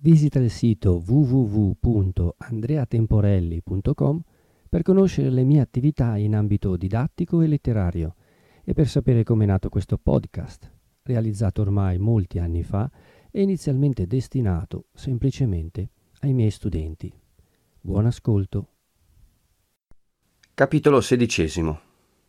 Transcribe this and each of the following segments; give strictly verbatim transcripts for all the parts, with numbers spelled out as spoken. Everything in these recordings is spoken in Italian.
Visita il sito w w w punto andrea temporelli punto com per conoscere le mie attività in ambito didattico e letterario e per sapere come è nato questo podcast, realizzato ormai molti anni fa e inizialmente destinato semplicemente ai miei studenti. Buon ascolto. Capitolo sedicesimo.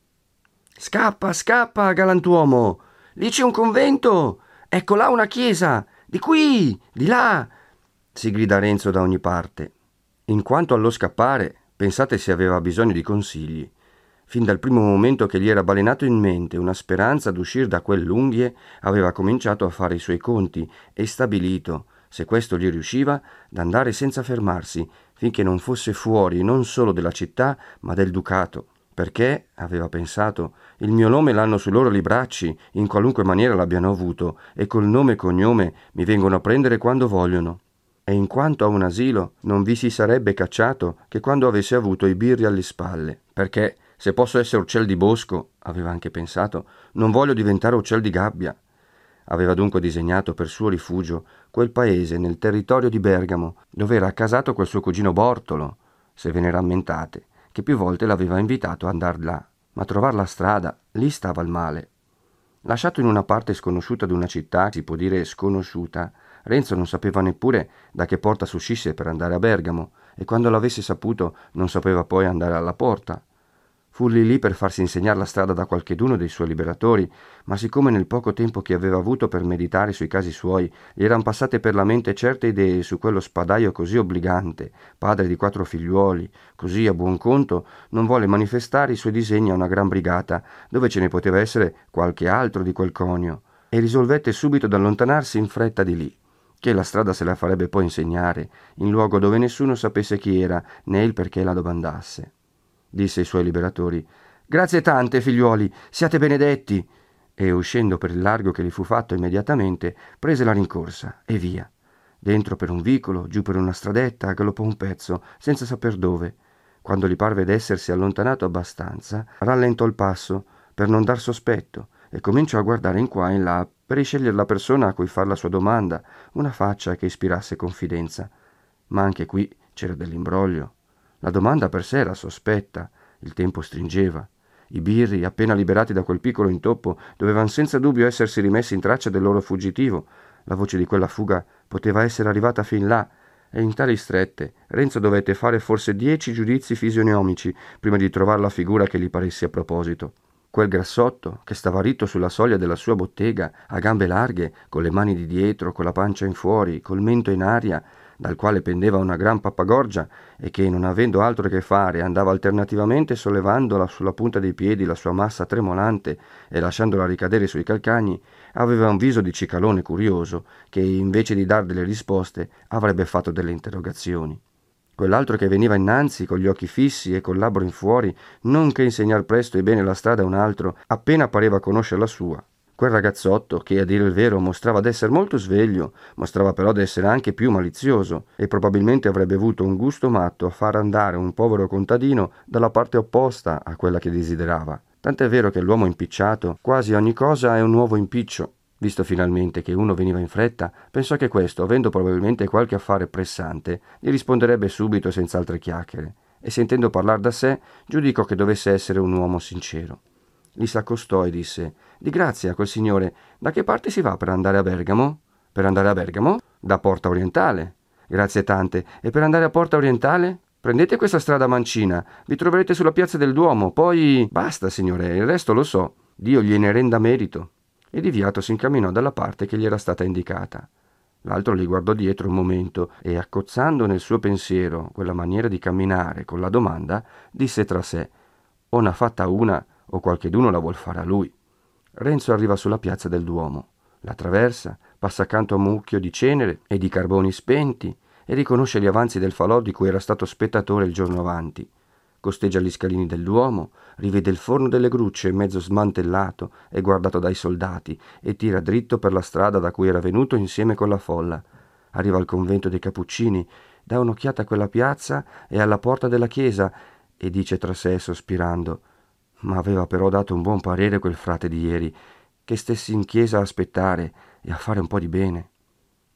Scappa, scappa, galantuomo! Lì c'è un convento! Ecco là una chiesa! Di qui! Di là! Si grida Renzo da ogni parte. In quanto allo scappare, pensate se aveva bisogno di consigli. Fin dal primo momento che gli era balenato in mente una speranza d'uscire da quell'unghie, aveva cominciato a fare i suoi conti e stabilito, se questo gli riusciva, d'andare senza fermarsi, finché non fosse fuori non solo della città, ma del ducato. Perché, aveva pensato, il mio nome l'hanno sui loro libracci, in qualunque maniera l'abbiano avuto, e col nome e cognome mi vengono a prendere quando vogliono. E in quanto a un asilo, non vi si sarebbe cacciato che quando avesse avuto i birri alle spalle, perché, se posso essere uccel di bosco, aveva anche pensato, non voglio diventare uccel di gabbia. Aveva dunque disegnato per suo rifugio quel paese nel territorio di Bergamo, dove era accasato quel suo cugino Bortolo, se ve ne rammentate, che più volte l'aveva invitato ad andar là, ma a trovar la strada, lì stava il male. Lasciato in una parte sconosciuta d'una città, si può dire sconosciuta, Renzo non sapeva neppure da che porta s'uscisse per andare a Bergamo, e quando l'avesse saputo non sapeva poi andare alla porta. Fu lì lì per farsi insegnare la strada da qualcheduno dei suoi liberatori, ma siccome nel poco tempo che aveva avuto per meditare sui casi suoi gli eran passate per la mente certe idee su quello spadaio così obbligante, padre di quattro figliuoli, così a buon conto non volle manifestare i suoi disegni a una gran brigata, dove ce ne poteva essere qualche altro di quel conio, e risolvette subito d'allontanarsi in fretta di lì, che la strada se la farebbe poi insegnare, in luogo dove nessuno sapesse chi era, né il perché la domandasse. Disse ai suoi liberatori: «Grazie tante, figliuoli, siate benedetti!» E, uscendo per il largo che gli fu fatto immediatamente, prese la rincorsa e via. Dentro per un vicolo, giù per una stradetta, galoppò un pezzo, senza saper dove. Quando gli parve d'essersi allontanato abbastanza, rallentò il passo per non dar sospetto e cominciò a guardare in qua e in là per riscegliere la persona a cui far la sua domanda, una faccia che ispirasse confidenza. Ma anche qui c'era dell'imbroglio. La domanda per sé era sospetta, il tempo stringeva. I birri, appena liberati da quel piccolo intoppo, dovevano senza dubbio essersi rimessi in traccia del loro fuggitivo. La voce di quella fuga poteva essere arrivata fin là, e in tali strette Renzo dovette fare forse dieci giudizi fisionomici prima di trovare la figura che gli paresse a proposito. Quel grassotto, che stava ritto sulla soglia della sua bottega, a gambe larghe, con le mani di dietro, con la pancia in fuori, col mento in aria, dal quale pendeva una gran pappagorgia e che, non avendo altro che fare, andava alternativamente sollevandola sulla punta dei piedi la sua massa tremolante e lasciandola ricadere sui calcagni, aveva un viso di cicalone curioso che, invece di dar delle risposte, avrebbe fatto delle interrogazioni. Quell'altro che veniva innanzi, con gli occhi fissi e col labbro in fuori, non che insegnar presto e bene la strada a un altro, appena pareva conoscere la sua. Quel ragazzotto, che a dire il vero mostrava d'essere molto sveglio, mostrava però d'essere anche più malizioso, e probabilmente avrebbe avuto un gusto matto a far andare un povero contadino dalla parte opposta a quella che desiderava. Tant'è vero che l'uomo impicciato, quasi ogni cosa è un nuovo impiccio. Visto finalmente che uno veniva in fretta, pensò che questo, avendo probabilmente qualche affare pressante, gli risponderebbe subito senza altre chiacchiere, e sentendo parlar da sé, giudicò che dovesse essere un uomo sincero. Gli s'accostò e disse: «Di grazia, quel signore, da che parte si va per andare a Bergamo?» «Per andare a Bergamo? Da Porta Orientale». «Grazie tante. E per andare a Porta Orientale?» «Prendete questa strada mancina, vi troverete sulla piazza del Duomo, poi...» «Basta, signore, il resto lo so. Dio gliene renda merito». E diviato si incamminò dalla parte che gli era stata indicata. L'altro gli guardò dietro un momento e, accozzando nel suo pensiero quella maniera di camminare con la domanda, disse tra sé: «O n'ha fatta una, o qualcheduno la vuol fare a lui». Renzo arriva sulla piazza del Duomo, la traversa, passa accanto a un mucchio di cenere e di carboni spenti e riconosce gli avanzi del falò di cui era stato spettatore il giorno avanti. Costeggia gli scalini del Duomo, rivede il forno delle grucce mezzo smantellato e guardato dai soldati e tira dritto per la strada da cui era venuto insieme con la folla. Arriva al convento dei Cappuccini, dà un'occhiata a quella piazza e alla porta della chiesa e dice tra sé sospirando: «Ma aveva però dato un buon parere quel frate di ieri, che stessi in chiesa a aspettare e a fare un po' di bene».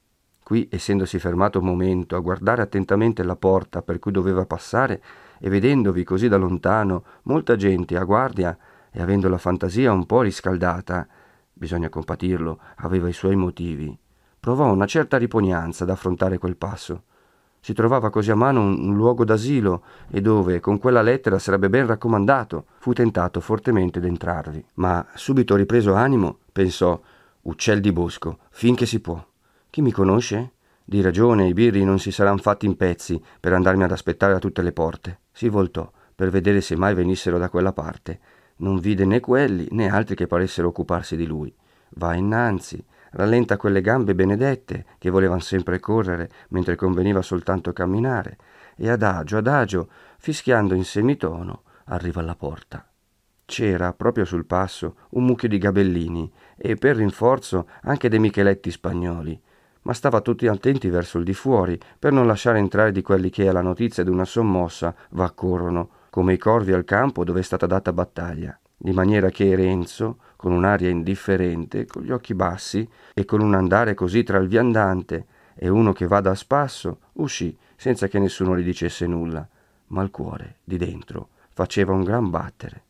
Qui, essendosi fermato un momento a guardare attentamente la porta per cui doveva passare e vedendovi così da lontano molta gente a guardia e avendo la fantasia un po' riscaldata, bisogna compatirlo, aveva i suoi motivi, provò una certa ripugnanza ad affrontare quel passo. Si trovava così a mano un, un luogo d'asilo e dove, con quella lettera, sarebbe ben raccomandato. Fu tentato fortemente d'entrarvi, ma subito ripreso animo, pensò: uccel di bosco, finché si può. Chi mi conosce? Di ragione i birri non si saran fatti in pezzi per andarmi ad aspettare a tutte le porte. Si voltò per vedere se mai venissero da quella parte. Non vide né quelli né altri che paressero occuparsi di lui. Va innanzi, rallenta quelle gambe benedette che volevan sempre correre mentre conveniva soltanto camminare, e adagio adagio, fischiando in semitono, arriva alla porta. C'era proprio sul passo un mucchio di gabellini e per rinforzo anche dei micheletti spagnoli, ma stava tutti attenti verso il di fuori per non lasciare entrare di quelli che alla notizia d'una sommossa v'accorrono come i corvi al campo dove è stata data battaglia, di maniera che Renzo, con un'aria indifferente, con gli occhi bassi e con un andare così tra il viandante e uno che vada a spasso, uscì senza che nessuno gli dicesse nulla, ma il cuore, di dentro, faceva un gran battere.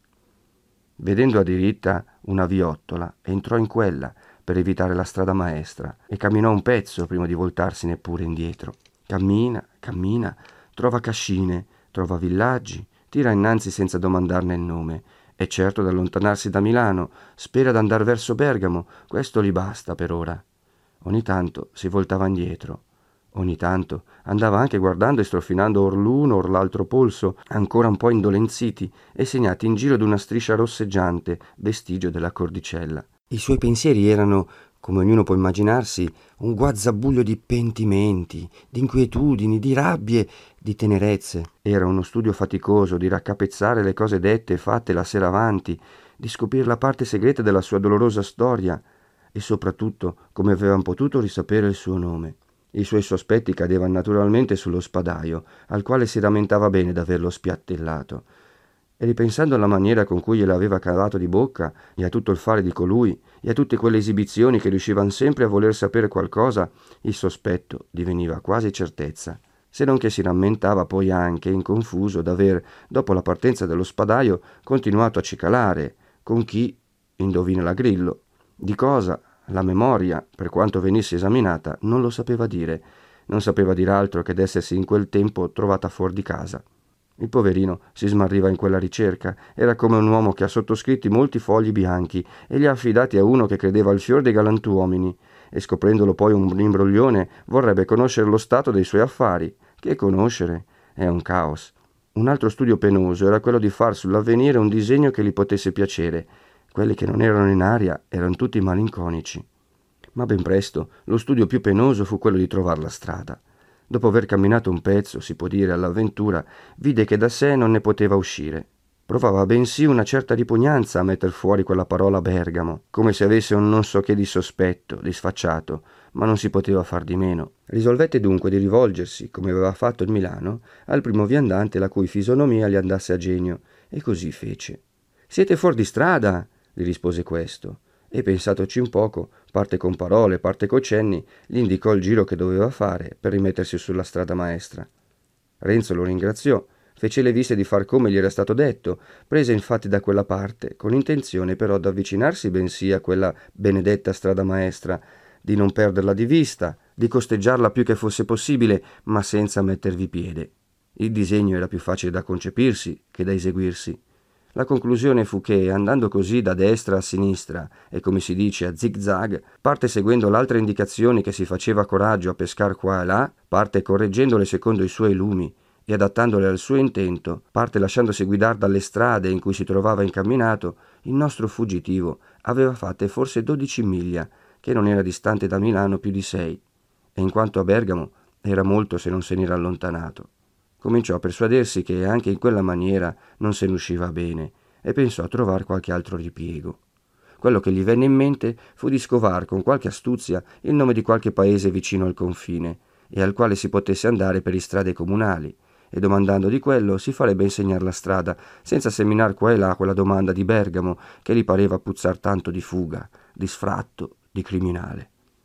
Vedendo a diritta una viottola, entrò in quella per evitare la strada maestra e camminò un pezzo prima di voltarsi neppure indietro. Cammina, cammina, trova cascine, trova villaggi, tira innanzi senza domandarne il nome. È certo d'allontanarsi da Milano, spera d'andar verso Bergamo, questo gli basta per ora. Ogni tanto si voltava indietro. Ogni tanto andava anche guardando e strofinando or l'uno or l'altro polso, ancora un po' indolenziti e segnati in giro d'una striscia rosseggiante, vestigio della cordicella. I suoi pensieri erano, come ognuno può immaginarsi, un guazzabuglio di pentimenti, di inquietudini, di rabbie, di tenerezze. Era uno studio faticoso di raccapezzare le cose dette e fatte la sera avanti, di scoprire la parte segreta della sua dolorosa storia e soprattutto come avevano potuto risapere il suo nome. I suoi sospetti cadevano naturalmente sullo spadaio, al quale si rammentava bene d'averlo spiattellato. E ripensando alla maniera con cui gliel'aveva cavato di bocca, e a tutto il fare di colui, e a tutte quelle esibizioni che riuscivano sempre a voler sapere qualcosa, il sospetto diveniva quasi certezza. Se non che si rammentava poi anche, in confuso, d'aver, dopo la partenza dello spadaio, continuato a cicalare. Con chi? Indovina la Grillo. Di cosa? La memoria, per quanto venisse esaminata, non lo sapeva dire. Non sapeva dir altro che d'essersi in quel tempo trovata fuori di casa. Il poverino si smarriva in quella ricerca. Era come un uomo che ha sottoscritti molti fogli bianchi e li ha affidati a uno che credeva al fior dei galantuomini, e scoprendolo poi un imbroglione vorrebbe conoscere lo stato dei suoi affari. Che conoscere? È un caos. Un altro studio penoso era quello di far sull'avvenire un disegno che gli potesse piacere. Quelli che non erano in aria erano tutti malinconici. Ma ben presto lo studio più penoso fu quello di trovar la strada. Dopo aver camminato un pezzo, si può dire, all'avventura, vide che da sé non ne poteva uscire. Provava bensì una certa ripugnanza a metter fuori quella parola Bergamo, come se avesse un non so che di sospetto, di sfacciato, ma non si poteva far di meno. Risolvette dunque di rivolgersi, come aveva fatto il Milano, al primo viandante la cui fisonomia gli andasse a genio, e così fece. «Siete fuori di strada?» gli rispose questo, e pensatoci un poco, parte con parole, parte coi cenni, gli indicò il giro che doveva fare per rimettersi sulla strada maestra. Renzo lo ringraziò, fece le viste di far come gli era stato detto, prese infatti da quella parte, con intenzione però d'avvicinarsi bensì a quella benedetta strada maestra, di non perderla di vista, di costeggiarla più che fosse possibile, ma senza mettervi piede. Il disegno era più facile da concepirsi che da eseguirsi. La conclusione fu che, andando così da destra a sinistra e come si dice a zig-zag, parte seguendo l'altre indicazioni che si faceva coraggio a pescar qua e là, parte correggendole secondo i suoi lumi e adattandole al suo intento, parte lasciandosi guidare dalle strade in cui si trovava incamminato, il nostro fuggitivo aveva fatte forse dodici miglia, che non era distante da Milano più di sei, e in quanto a Bergamo era molto se non se n'era allontanato. Cominciò a persuadersi che anche in quella maniera non se ne usciva bene e pensò a trovare qualche altro ripiego. Quello che gli venne in mente fu di scovar con qualche astuzia il nome di qualche paese vicino al confine e al quale si potesse andare per le strade comunali, e domandando di quello si farebbe insegnare la strada senza seminar qua e là quella domanda di Bergamo che gli pareva puzzar tanto di fuga, di sfratto, di criminale.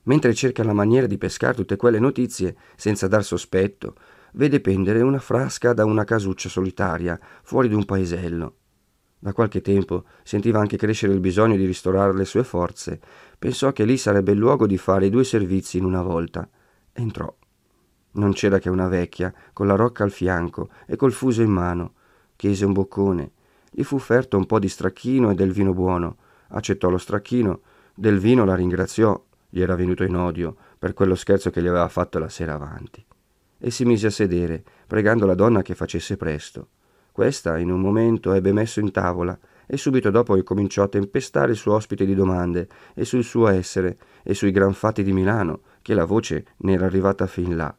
Mentre cerca la maniera di pescare tutte quelle notizie senza dar sospetto, vede pendere una frasca da una casuccia solitaria fuori d'un paesello. Da qualche tempo sentiva anche crescere il bisogno di ristorare le sue forze. Pensò che lì sarebbe il luogo di fare i due servizi in una volta. Entrò. Non c'era che una vecchia, con la rocca al fianco e col fuso in mano. Chiese un boccone. Gli fu offerto un po' di stracchino e del vino buono. Accettò lo stracchino. Del vino la ringraziò. Gli era venuto in odio per quello scherzo che gli aveva fatto la sera avanti. E si mise a sedere, pregando la donna che facesse presto. Questa, in un momento, ebbe messo in tavola e subito dopo cominciò a tempestare il suo ospite di domande e sul suo essere e sui gran fatti di Milano, che la voce ne era arrivata fin là.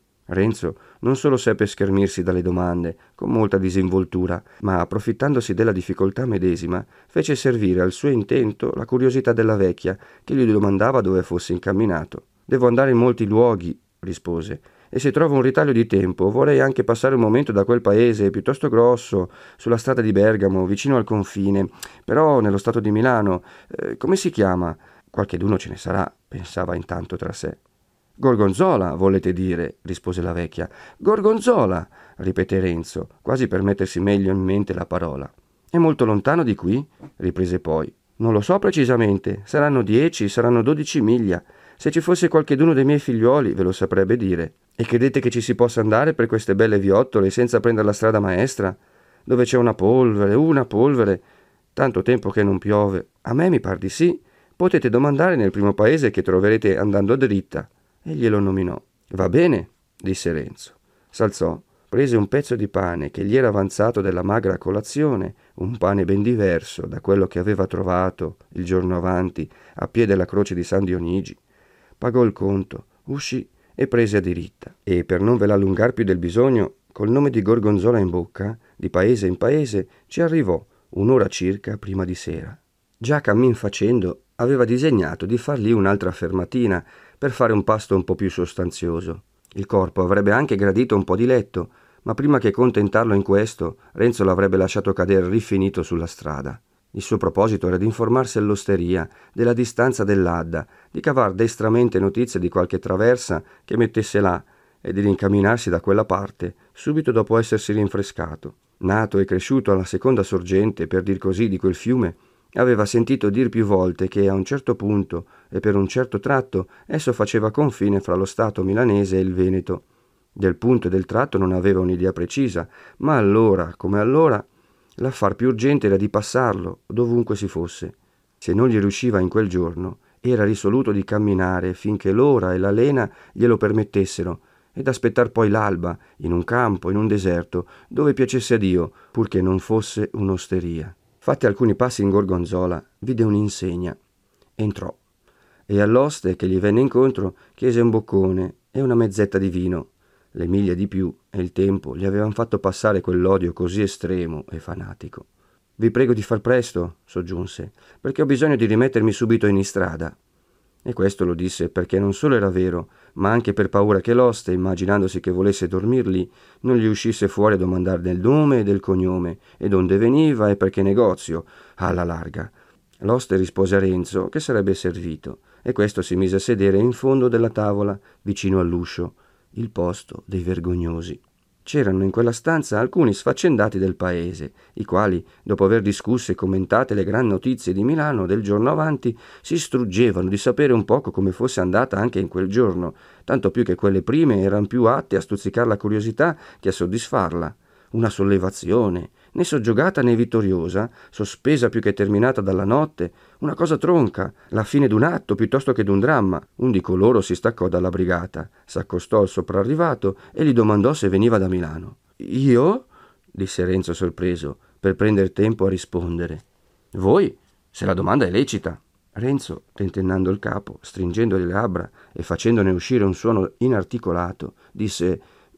Renzo non solo seppe schermirsi dalle domande con molta disinvoltura, ma approfittandosi della difficoltà medesima, fece servire al suo intento la curiosità della vecchia, che gli domandava dove fosse incamminato. «Devo andare in molti luoghi», rispose, «e se trovo un ritaglio di tempo vorrei anche passare un momento da quel paese piuttosto grosso, sulla strada di Bergamo, vicino al confine, però nello stato di Milano. Eh, come si chiama? Qualcheduno ce ne sarà», pensava intanto tra sé. «Gorgonzola, volete dire», rispose la vecchia. «Gorgonzola», ripeté Renzo, quasi per mettersi meglio in mente la parola. «È molto lontano di qui?» riprese poi. «Non lo so precisamente, saranno dieci, saranno dodici miglia. Se ci fosse qualcheduno dei miei figliuoli ve lo saprebbe dire. E credete che ci si possa andare per queste belle viottole senza prendere la strada maestra? Dove c'è una polvere, una polvere. Tanto tempo che non piove. A me mi par di sì. Potete domandare nel primo paese che troverete andando dritta». E glielo nominò. «Va bene», disse Renzo. S'alzò, prese un pezzo di pane che gli era avanzato della magra colazione, un pane ben diverso da quello che aveva trovato il giorno avanti a piè della croce di San Dionigi. Pagò il conto, uscì e prese a diritta. E per non ve la allungar più del bisogno, col nome di Gorgonzola in bocca, di paese in paese, ci arrivò un'ora circa prima di sera. Già cammin facendo aveva disegnato di far lì un'altra fermatina per fare un pasto un po' più sostanzioso. Il corpo avrebbe anche gradito un po' di letto, ma prima che contentarlo in questo, Renzo l'avrebbe lasciato cadere rifinito sulla strada. Il suo proposito era di informarsi all'osteria della distanza dell'Adda, di cavar destramente notizie di qualche traversa che mettesse là e di rincamminarsi da quella parte subito dopo essersi rinfrescato. Nato e cresciuto alla seconda sorgente, per dir così, di quel fiume, aveva sentito dir più volte che a un certo punto e per un certo tratto esso faceva confine fra lo stato milanese e il Veneto. Del punto e del tratto non aveva un'idea precisa, ma allora, come allora, l'affar più urgente era di passarlo, dovunque si fosse. Se non gli riusciva in quel giorno, era risoluto di camminare finché l'ora e la lena glielo permettessero, ed aspettar poi l'alba, in un campo, in un deserto, dove piacesse a Dio, purché non fosse un'osteria. Fatti alcuni passi in Gorgonzola, vide un'insegna. Entrò, e all'oste che gli venne incontro chiese un boccone e una mezzetta di vino. Le miglia di più e il tempo gli avevano fatto passare quell'odio così estremo e fanatico. «Vi prego di far presto», soggiunse, «perché ho bisogno di rimettermi subito in istrada». E questo lo disse perché non solo era vero, ma anche per paura che l'oste, immaginandosi che volesse dormir lì, non gli uscisse fuori a domandare del nome e del cognome, e donde veniva e per che negozio, alla larga. L'oste rispose a Renzo che sarebbe servito, e questo si mise a sedere in fondo della tavola, vicino all'uscio, il posto dei vergognosi. C'erano in quella stanza alcuni sfaccendati del paese, i quali, dopo aver discusso e commentate le gran notizie di Milano del giorno avanti, si struggevano di sapere un poco come fosse andata anche in quel giorno, tanto più che quelle prime erano più atte a stuzzicare la curiosità che a soddisfarla. Una sollevazione, né soggiogata né vittoriosa, sospesa più che terminata dalla notte, una cosa tronca, la fine d'un atto piuttosto che d'un dramma. Un di coloro si staccò dalla brigata, s'accostò al soprarrivato e gli domandò se veniva da Milano. «Io?» disse Renzo sorpreso, per prendere tempo a rispondere. «Voi, se la domanda è lecita». Renzo, tentennando il capo, stringendo le labbra e facendone uscire un suono inarticolato, disse: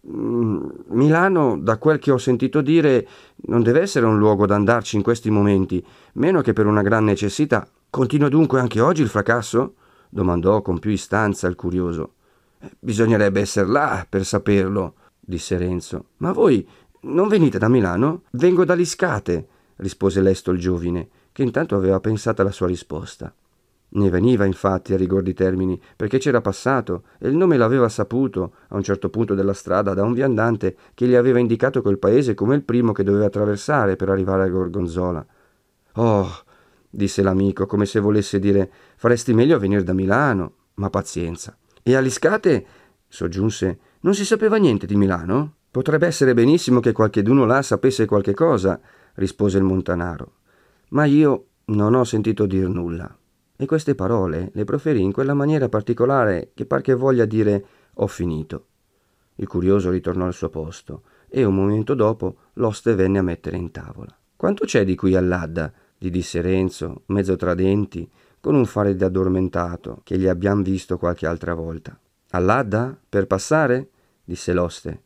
«Milano, da quel che ho sentito dire, non deve essere un luogo d'andarci in questi momenti, meno che per una gran necessità». «Continua dunque anche oggi il fracasso?» domandò con più istanza il curioso. «Bisognerebbe essere là per saperlo», disse Renzo. «Ma voi non venite da Milano?» «Vengo da Liscate», rispose lesto il giovine, che intanto aveva pensato alla sua risposta. Ne veniva infatti a rigor di termini, perché c'era passato e il nome l'aveva saputo a un certo punto della strada da un viandante che gli aveva indicato quel paese come il primo che doveva attraversare per arrivare a Gorgonzola. «Oh», disse l'amico, come se volesse dire «faresti meglio a venire da Milano», ma pazienza. «E a Liscate», soggiunse, «non si sapeva niente di Milano?» «Potrebbe essere benissimo che qualcheduno là sapesse qualche cosa», rispose il montanaro, «ma io non ho sentito dir nulla». E queste parole le proferì in quella maniera particolare che par che voglia dire «ho finito». Il curioso ritornò al suo posto e un momento dopo l'oste venne a mettere in tavola. «Quanto c'è di qui all'Adda?» gli disse Renzo, mezzo tra denti, con un fare di addormentato che gli abbiam visto qualche altra volta. «All'Adda? Per passare?» disse l'oste.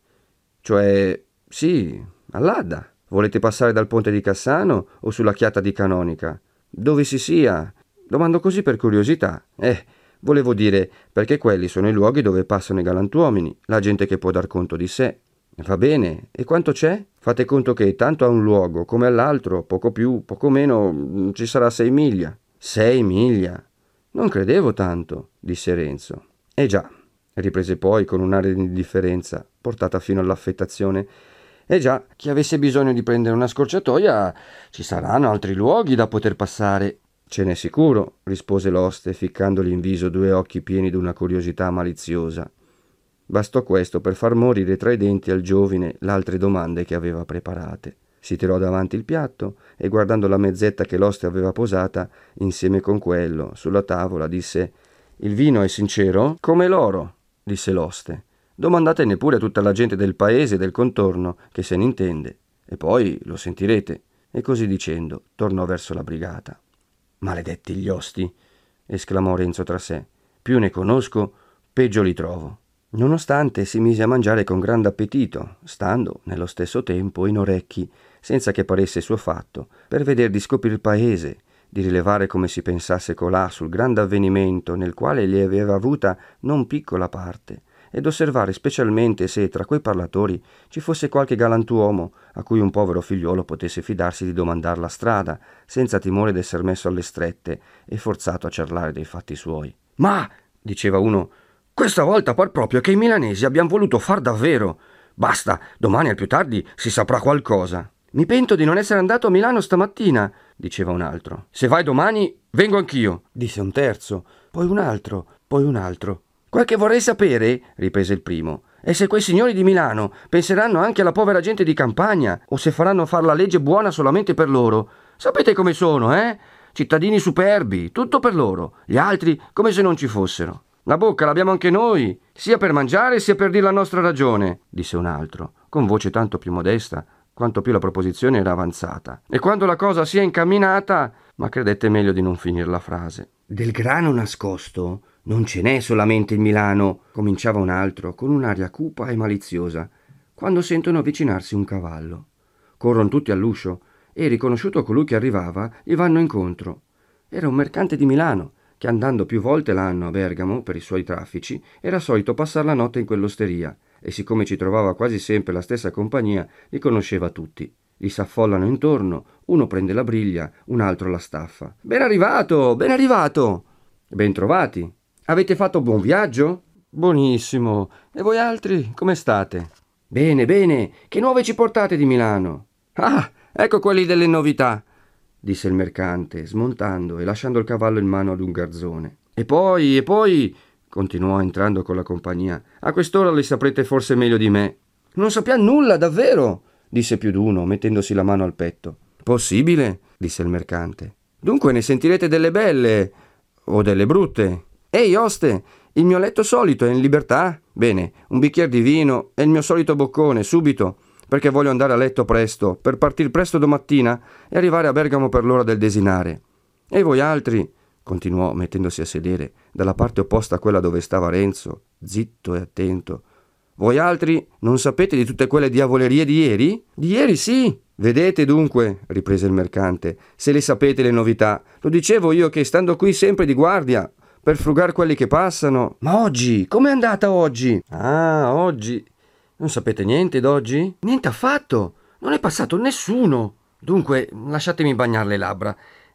«Cioè, sì, all'Adda. Volete passare dal ponte di Cassano o sulla chiata di Canonica? Dove si sia?» Domando così per curiosità. Eh, volevo dire, perché quelli sono i luoghi dove passano i galantuomini, la gente che può dar conto di sé. Va bene, e quanto c'è? Fate conto che tanto a un luogo come all'altro, poco più, poco meno, ci sarà sei miglia. Sei miglia? Non credevo tanto, disse Renzo. Eh già, riprese poi con un'aria di indifferenza, portata fino all'affettazione. Eh già, chi avesse bisogno di prendere una scorciatoia, ci saranno altri luoghi da poter passare. «Ce n'è sicuro», rispose l'oste, ficcandogli in viso due occhi pieni d'una curiosità maliziosa. Bastò questo per far morire tra i denti al giovine l'altre domande che aveva preparate. Si tirò davanti il piatto e, guardando la mezzetta che l'oste aveva posata, insieme con quello, sulla tavola, disse «Il vino è sincero?» «Come l'oro», disse l'oste. «Domandate neppure a tutta la gente del paese e del contorno, che se ne intende, e poi lo sentirete». E così dicendo tornò verso la brigata. «Maledetti gli osti!» esclamò Renzo tra sé. «Più ne conosco, peggio li trovo». Nonostante si mise a mangiare con grande appetito, stando nello stesso tempo in orecchi, senza che paresse suo fatto, per veder di scoprir il paese, di rilevare come si pensasse colà sul grande avvenimento nel quale gli aveva avuta non piccola parte, ed osservare specialmente se tra quei parlatori ci fosse qualche galantuomo a cui un povero figliuolo potesse fidarsi di domandar la strada, senza timore d'esser messo alle strette e forzato a ciarlare dei fatti suoi. «Ma», diceva uno, «questa volta par proprio che i milanesi abbiamo voluto far davvero. Basta, domani al più tardi si saprà qualcosa». «Mi pento di non essere andato a Milano stamattina», diceva un altro. «Se vai domani, vengo anch'io», disse un terzo, poi un altro, poi un altro. «Quel che vorrei sapere», riprese il primo, «è se quei signori di Milano penseranno anche alla povera gente di campagna o se faranno far la legge buona solamente per loro. Sapete come sono, eh? Cittadini superbi, tutto per loro, gli altri come se non ci fossero. La bocca l'abbiamo anche noi, sia per mangiare sia per dire la nostra ragione», disse un altro, con voce tanto più modesta quanto più la proposizione era avanzata. E quando la cosa sia incamminata, ma credette meglio di non finir la frase. «Del grano nascosto non ce n'è solamente in Milano», cominciava un altro con un'aria cupa e maliziosa, quando sentono avvicinarsi un cavallo. Corrono tutti all'uscio e, riconosciuto colui che arrivava, gli vanno incontro. Era un mercante di Milano che, andando più volte l'anno a Bergamo per i suoi traffici, era solito passare la notte in quell'osteria e, siccome ci trovava quasi sempre la stessa compagnia, li conosceva tutti. Gli s'affollano intorno, uno prende la briglia, un altro la staffa. «Ben arrivato, ben arrivato!» «Ben trovati! Avete fatto buon viaggio?» «Buonissimo! E voi altri, come state?» «Bene, bene! Che nuove ci portate di Milano?» «Ah, ecco quelli delle novità!» disse il mercante, smontando e lasciando il cavallo in mano ad un garzone. «E poi, e poi», continuò entrando con la compagnia, «a quest'ora li saprete forse meglio di me». «Non sappiamo nulla, davvero», disse più d'uno, mettendosi la mano al petto. «Possibile», disse il mercante. «Dunque ne sentirete delle belle o delle brutte. Ehi, oste, il mio letto solito è in libertà? Bene, un bicchiere di vino e il mio solito boccone, subito, perché voglio andare a letto presto, per partir presto domattina e arrivare a Bergamo per l'ora del desinare. E voi altri», continuò mettendosi a sedere dalla parte opposta a quella dove stava Renzo, zitto e attento, «voi altri non sapete di tutte quelle diavolerie di ieri?» «Di ieri sì!» «Vedete dunque», riprese il mercante, «se le sapete le novità. Lo dicevo io che, stando qui sempre di guardia, per frugar quelli che passano». «Ma oggi? Com'è andata oggi?» «Ah, oggi? Non sapete niente d'oggi?» «Niente affatto. Non è passato nessuno». «Dunque, lasciatemi bagnar le labbra.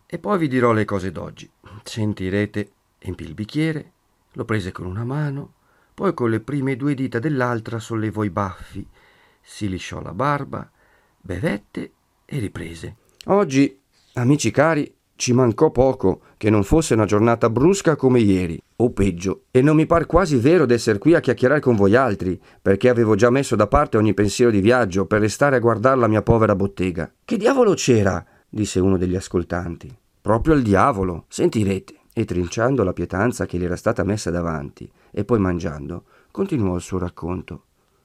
E poi vi dirò le cose d'oggi. Sentirete, empì il bicchiere, lo prese con una mano, poi con le prime due dita dell'altra sollevò i baffi, si lisciò la barba, bevette e riprese. Oggi, amici cari, ci mancò poco che non fosse una giornata brusca come ieri, o peggio, e non mi par quasi vero d'esser qui a chiacchierare con voi altri, perché avevo già messo da parte ogni pensiero di viaggio per restare a guardare la mia povera bottega. Che diavolo c'era? Disse uno degli ascoltanti. Proprio il diavolo, sentirete. E trinciando la pietanza che gli era stata messa davanti e poi mangiando, continuò il suo racconto.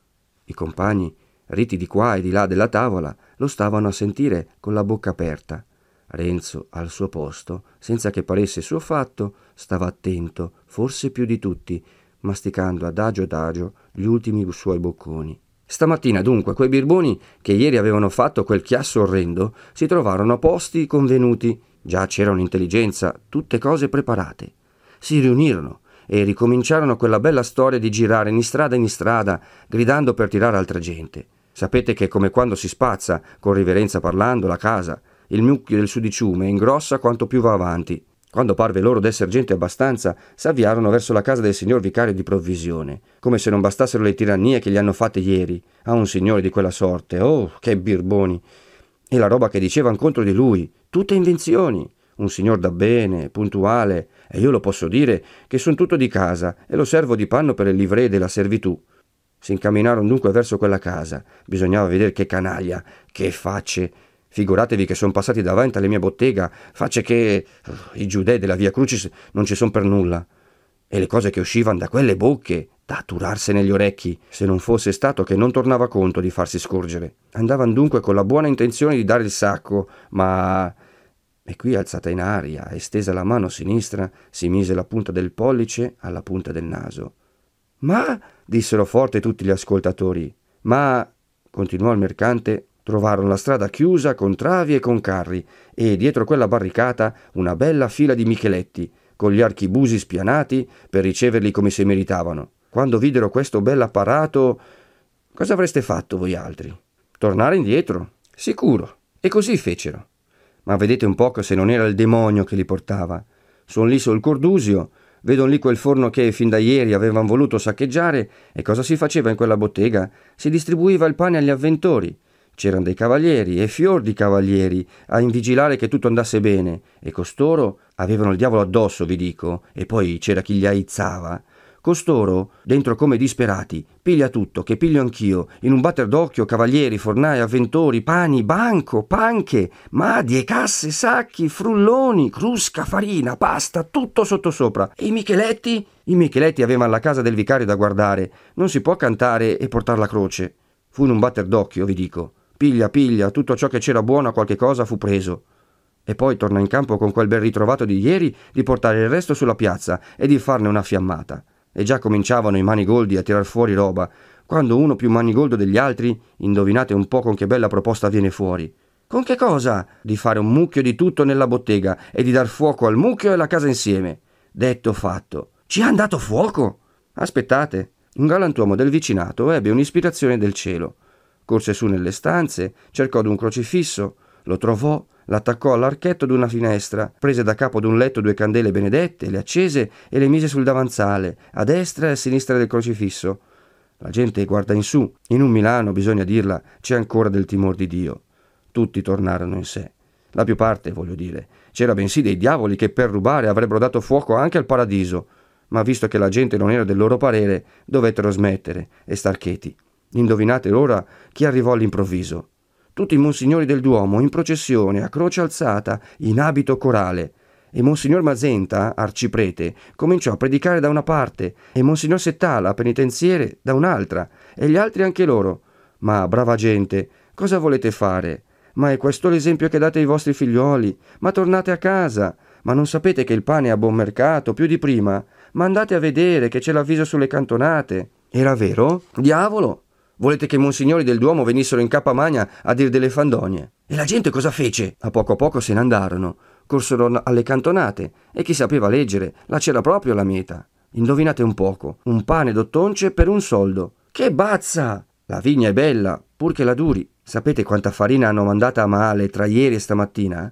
I compagni, ritti di qua e di là della tavola, lo stavano a sentire con la bocca aperta. Renzo, al suo posto, senza che paresse suo fatto, stava attento, forse più di tutti, masticando adagio adagio gli ultimi suoi bocconi. Stamattina dunque quei birboni che ieri avevano fatto quel chiasso orrendo si trovarono a posti convenuti. Già c'era un'intelligenza, tutte cose preparate. Si riunirono e ricominciarono quella bella storia di girare in strada in strada, gridando per tirare altra gente. Sapete che è come quando si spazza, con riverenza parlando, la casa. Il mucchio del sudiciume ingrossa quanto più va avanti. Quando parve loro d'esser gente abbastanza, s'avviarono verso la casa del signor vicario di provvisione, come se non bastassero le tirannie che gli hanno fatte ieri a un signore di quella sorte. Oh, che birboni! E la roba che dicevano contro di lui, tutte invenzioni. Un signor da bene, puntuale, e io lo posso dire che son tutto di casa e lo servo di panno per le livree della servitù. Si incamminarono dunque verso quella casa. Bisognava vedere che canaglia, che facce. Figuratevi che son passati davanti alla mia bottega, facce che uh, i giudei della via Crucis non ci son per nulla. E le cose che uscivan da quelle bocche, da turarsene gli orecchi, se non fosse stato che non tornava conto di farsi scorgere. Andavan dunque con la buona intenzione di dare il sacco, ma... E qui, alzata in aria e stesa la mano sinistra, si mise la punta del pollice alla punta del naso. «Ma», dissero forte tutti gli ascoltatori, «ma», continuò il mercante, trovarono la strada chiusa con travi e con carri e dietro quella barricata una bella fila di micheletti, con gli archibusi spianati per riceverli come se meritavano. Quando videro questo bell'apparato, cosa avreste fatto voi altri? Tornare indietro? Sicuro. E così fecero. Ma vedete un poco se non era il demonio che li portava. Son lì sul Cordusio, vedon lì quel forno che fin da ieri avevan voluto saccheggiare, e cosa si faceva in quella bottega? Si distribuiva il pane agli avventori. C'erano dei cavalieri e fior di cavalieri a invigilare che tutto andasse bene, e costoro avevano il diavolo addosso, vi dico, e poi c'era chi li aizzava. Costoro, dentro come disperati, piglia tutto, che piglio anch'io, in un batter d'occhio cavalieri, fornai, avventori, pani, banco, panche, madie, casse, sacchi, frulloni, crusca, farina, pasta, tutto sottosopra. E i micheletti? I micheletti avevano la casa del vicario da guardare, non si può cantare e portar la croce. Fu in un batter d'occhio, vi dico. Piglia, piglia, tutto ciò che c'era buono a qualche cosa fu preso. E poi torna in campo con quel bel ritrovato di ieri di portare il resto sulla piazza e di farne una fiammata. E già cominciavano i manigoldi a tirar fuori roba, quando uno più manigoldo degli altri, indovinate un po' con che bella proposta viene fuori. Con che cosa? Di fare un mucchio di tutto nella bottega e di dar fuoco al mucchio e alla casa insieme. Detto fatto. Ci han dato fuoco? Aspettate. Un galantuomo del vicinato ebbe un'ispirazione del cielo. Corse su nelle stanze, cercò d'un crocifisso, lo trovò, l'attaccò all'archetto d'una finestra, prese da capo d'un letto due candele benedette, le accese e le mise sul davanzale, a destra e a sinistra del crocifisso. La gente guarda in su. In un Milano, bisogna dirla, c'è ancora del timor di Dio. Tutti tornarono in sé. La più parte, voglio dire. C'era bensì dei diavoli che per rubare avrebbero dato fuoco anche al paradiso, ma visto che la gente non era del loro parere, dovettero smettere e star cheti. Indovinate ora chi arrivò all'improvviso. Tutti i monsignori del Duomo in processione, a croce alzata, in abito corale. E monsignor Mazenta, arciprete, cominciò a predicare da una parte, e monsignor Settala, penitenziere, da un'altra, e gli altri anche loro. Ma, brava gente, cosa volete fare? Ma è questo l'esempio che date ai vostri figlioli? Ma tornate a casa! Ma non sapete che il pane è a buon mercato, più di prima? Ma andate a vedere che c'è l'avviso sulle cantonate. Era vero? Diavolo! Volete che i monsignori del Duomo venissero in capamagna a dir delle fandonie? E la gente cosa fece? A poco a poco se ne andarono, corsero alle cantonate, e chi sapeva leggere la c'era proprio la meta. Indovinate un poco, un pane d'ottonce per un soldo. Che bazza! La vigna è bella, pur che la duri. Sapete quanta farina hanno mandata a male tra ieri e stamattina?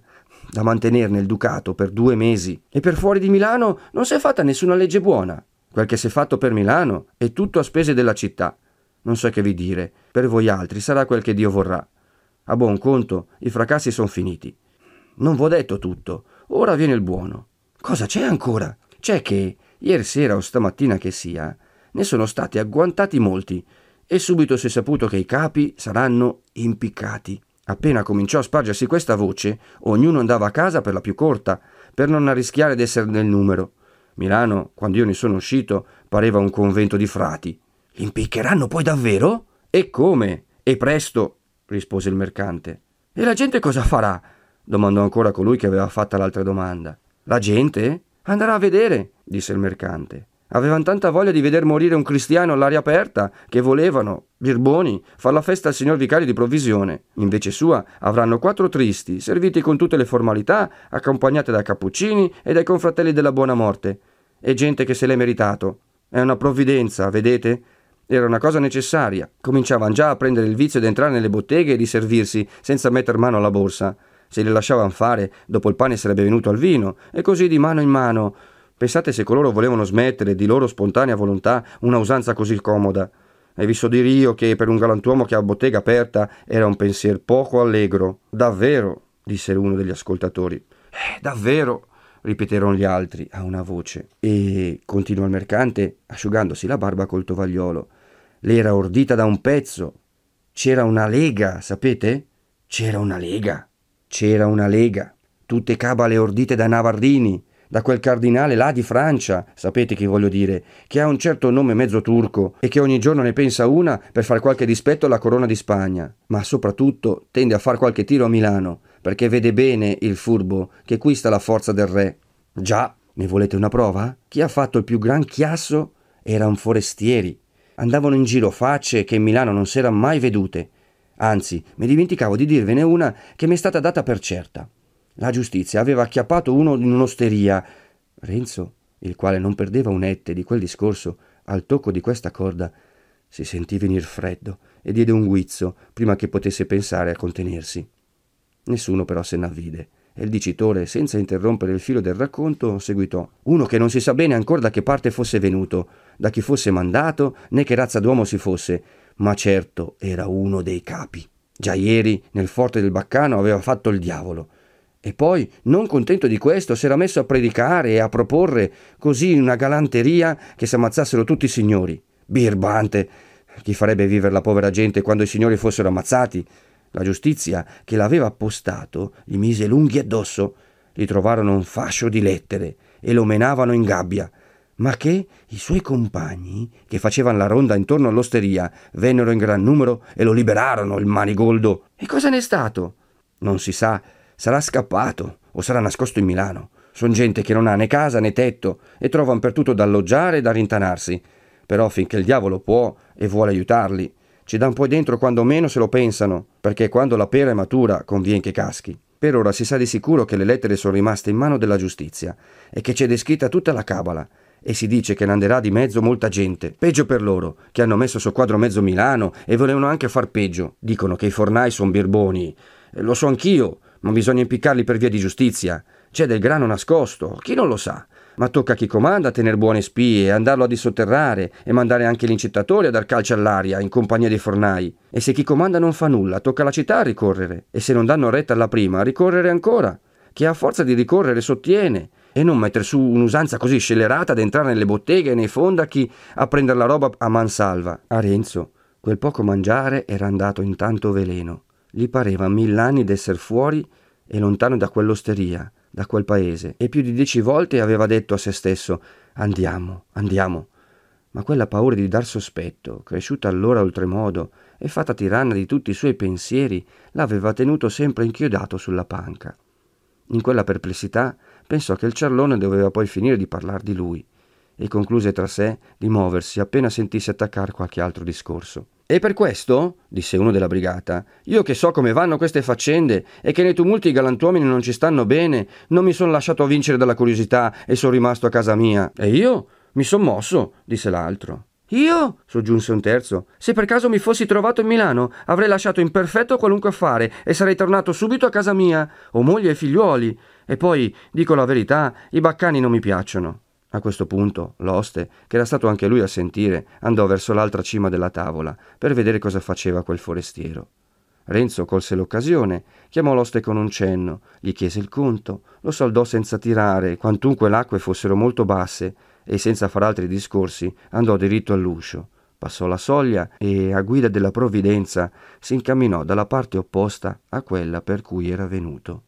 da mantenerne il ducato per due mesi. E per fuori di Milano non si è fatta nessuna legge buona. Quel che si è fatto per Milano è tutto a spese della città. Non so che vi dire, per voi altri sarà quel che Dio vorrà. A buon conto, i fracassi sono finiti. Non v'ho detto tutto, ora viene il buono. Cosa c'è ancora? C'è che, ieri sera o stamattina che sia, ne sono stati agguantati molti e subito si è saputo che i capi saranno impiccati. Appena cominciò a spargersi questa voce, ognuno andava a casa per la più corta, per non arrischiare d'essere nel numero. Milano, quando io ne sono uscito, pareva un convento di frati. Li impiccheranno poi davvero? E come? E presto, rispose il mercante. E la gente cosa farà? Domandò ancora colui che aveva fatta l'altra domanda. La gente? Andrà a vedere, disse il mercante. Avevano tanta voglia di veder morire un cristiano all'aria aperta che volevano, birboni, far la festa al signor vicario di provvisione. Invece sua avranno quattro tristi, serviti con tutte le formalità, accompagnate dai cappuccini e dai confratelli della buona morte. E gente che se l'è meritato. È una provvidenza, vedete? Era una cosa necessaria. Cominciavano già a prendere il vizio di entrare nelle botteghe e di servirsi senza metter mano alla borsa. Se le lasciavano fare, dopo il pane sarebbe venuto al vino, e così di mano in mano. Pensate se coloro volevano smettere di loro spontanea volontà una usanza così comoda. E vi so dire io che per un galantuomo che ha bottega aperta era un pensier poco allegro. Davvero, disse uno degli ascoltatori. Eh, davvero, ripeterono gli altri a una voce. E, continuò il mercante, asciugandosi la barba col tovagliolo, l'era ordita da un pezzo. C'era una lega, sapete? C'era una lega. C'era una lega, tutte cabale ordite da Navarrini, da quel cardinale là di Francia, sapete chi voglio dire, che ha un certo nome mezzo turco e che ogni giorno ne pensa una per far qualche dispetto alla corona di Spagna, ma soprattutto tende a far qualche tiro a Milano, perché vede bene, il furbo, che qui sta la forza del re. Già, ne volete una prova? Chi ha fatto il più gran chiasso erano forestieri. Andavano in giro facce che in Milano non s'erano mai vedute. Anzi, mi dimenticavo di dirvene una che mi è stata data per certa. La giustizia aveva acchiappato uno in un'osteria. Renzo, il quale non perdeva un ette di quel discorso, al tocco di questa corda, si sentì venir freddo e diede un guizzo prima che potesse pensare a contenersi. Nessuno però se n'avvide, e il dicitore, senza interrompere il filo del racconto, seguitò. Uno che non si sa bene ancora da che parte fosse venuto, da chi fosse mandato, né che razza d'uomo si fosse, ma certo era uno dei capi. Già ieri nel forte del Baccano aveva fatto il diavolo. E poi, non contento di questo, s'era messo a predicare e a proporre così una galanteria che si ammazzassero tutti i signori. Birbante! Chi farebbe vivere la povera gente quando i signori fossero ammazzati? La giustizia, che l'aveva appostato, gli mise l'unghie addosso. Gli trovarono un fascio di lettere e lo menavano in gabbia. Ma che i suoi compagni, che facevano la ronda intorno all'osteria, vennero in gran numero e lo liberarono, il manigoldo. E cosa n'è stato? Non si sa, sarà scappato o sarà nascosto in Milano. Son gente che non ha né casa né tetto e trovano per tutto da alloggiare e da rintanarsi. Però finché il diavolo può e vuole aiutarli, ci dà un po' dentro quando meno se lo pensano, perché quando la pera è matura convien che caschi. Per ora si sa di sicuro che le lettere sono rimaste in mano della giustizia e che c'è descritta tutta la cabala. E si dice che ne anderà di mezzo molta gente. Peggio per loro, che hanno messo soqquadro mezzo Milano e volevano anche far peggio. Dicono che i fornai son birboni. E lo so anch'io, ma bisogna impiccarli per via di giustizia. C'è del grano nascosto, chi non lo sa? Ma tocca a chi comanda tener buone spie e andarlo a dissotterrare e mandare anche gli incitatori a dar calci all'aria in compagnia dei fornai. E se chi comanda non fa nulla, tocca alla città a ricorrere. E se non danno retta alla prima, a ricorrere ancora. Chi a forza di ricorrere sottiene. E non mettere su un'usanza così scellerata da entrare nelle botteghe e nei fondachi a prendere la roba a mansalva. A Renzo quel poco mangiare era andato in tanto veleno. Gli pareva mill'anni d'esser fuori e lontano da quell'osteria, da quel paese, e più di dieci volte aveva detto a se stesso «Andiamo, andiamo». Ma quella paura di dar sospetto, cresciuta allora oltremodo e fatta tiranna di tutti i suoi pensieri, l'aveva tenuto sempre inchiodato sulla panca. In quella perplessità pensò che il ciarlone doveva poi finire di parlar di lui e concluse tra sé di muoversi appena sentisse attaccare qualche altro discorso. «E per questo, disse uno della brigata, io che so come vanno queste faccende e che nei tumulti i galantuomini non ci stanno bene, non mi son lasciato vincere dalla curiosità e son rimasto a casa mia». «E io mi son mosso», disse l'altro. Io? Soggiunse un terzo. Se per caso mi fossi trovato in Milano, avrei lasciato in perfetto qualunque affare e sarei tornato subito a casa mia. Ho moglie e figliuoli. E poi, dico la verità, i baccani non mi piacciono. A questo punto, l'oste, che era stato anche lui a sentire, andò verso l'altra cima della tavola per vedere cosa faceva quel forestiero. Renzo colse l'occasione, chiamò l'oste con un cenno, gli chiese il conto, lo saldò senza tirare, quantunque le acque fossero molto basse, e senza far altri discorsi andò diritto all'uscio. Passò la soglia e, a guida della provvidenza, si incamminò dalla parte opposta a quella per cui era venuto.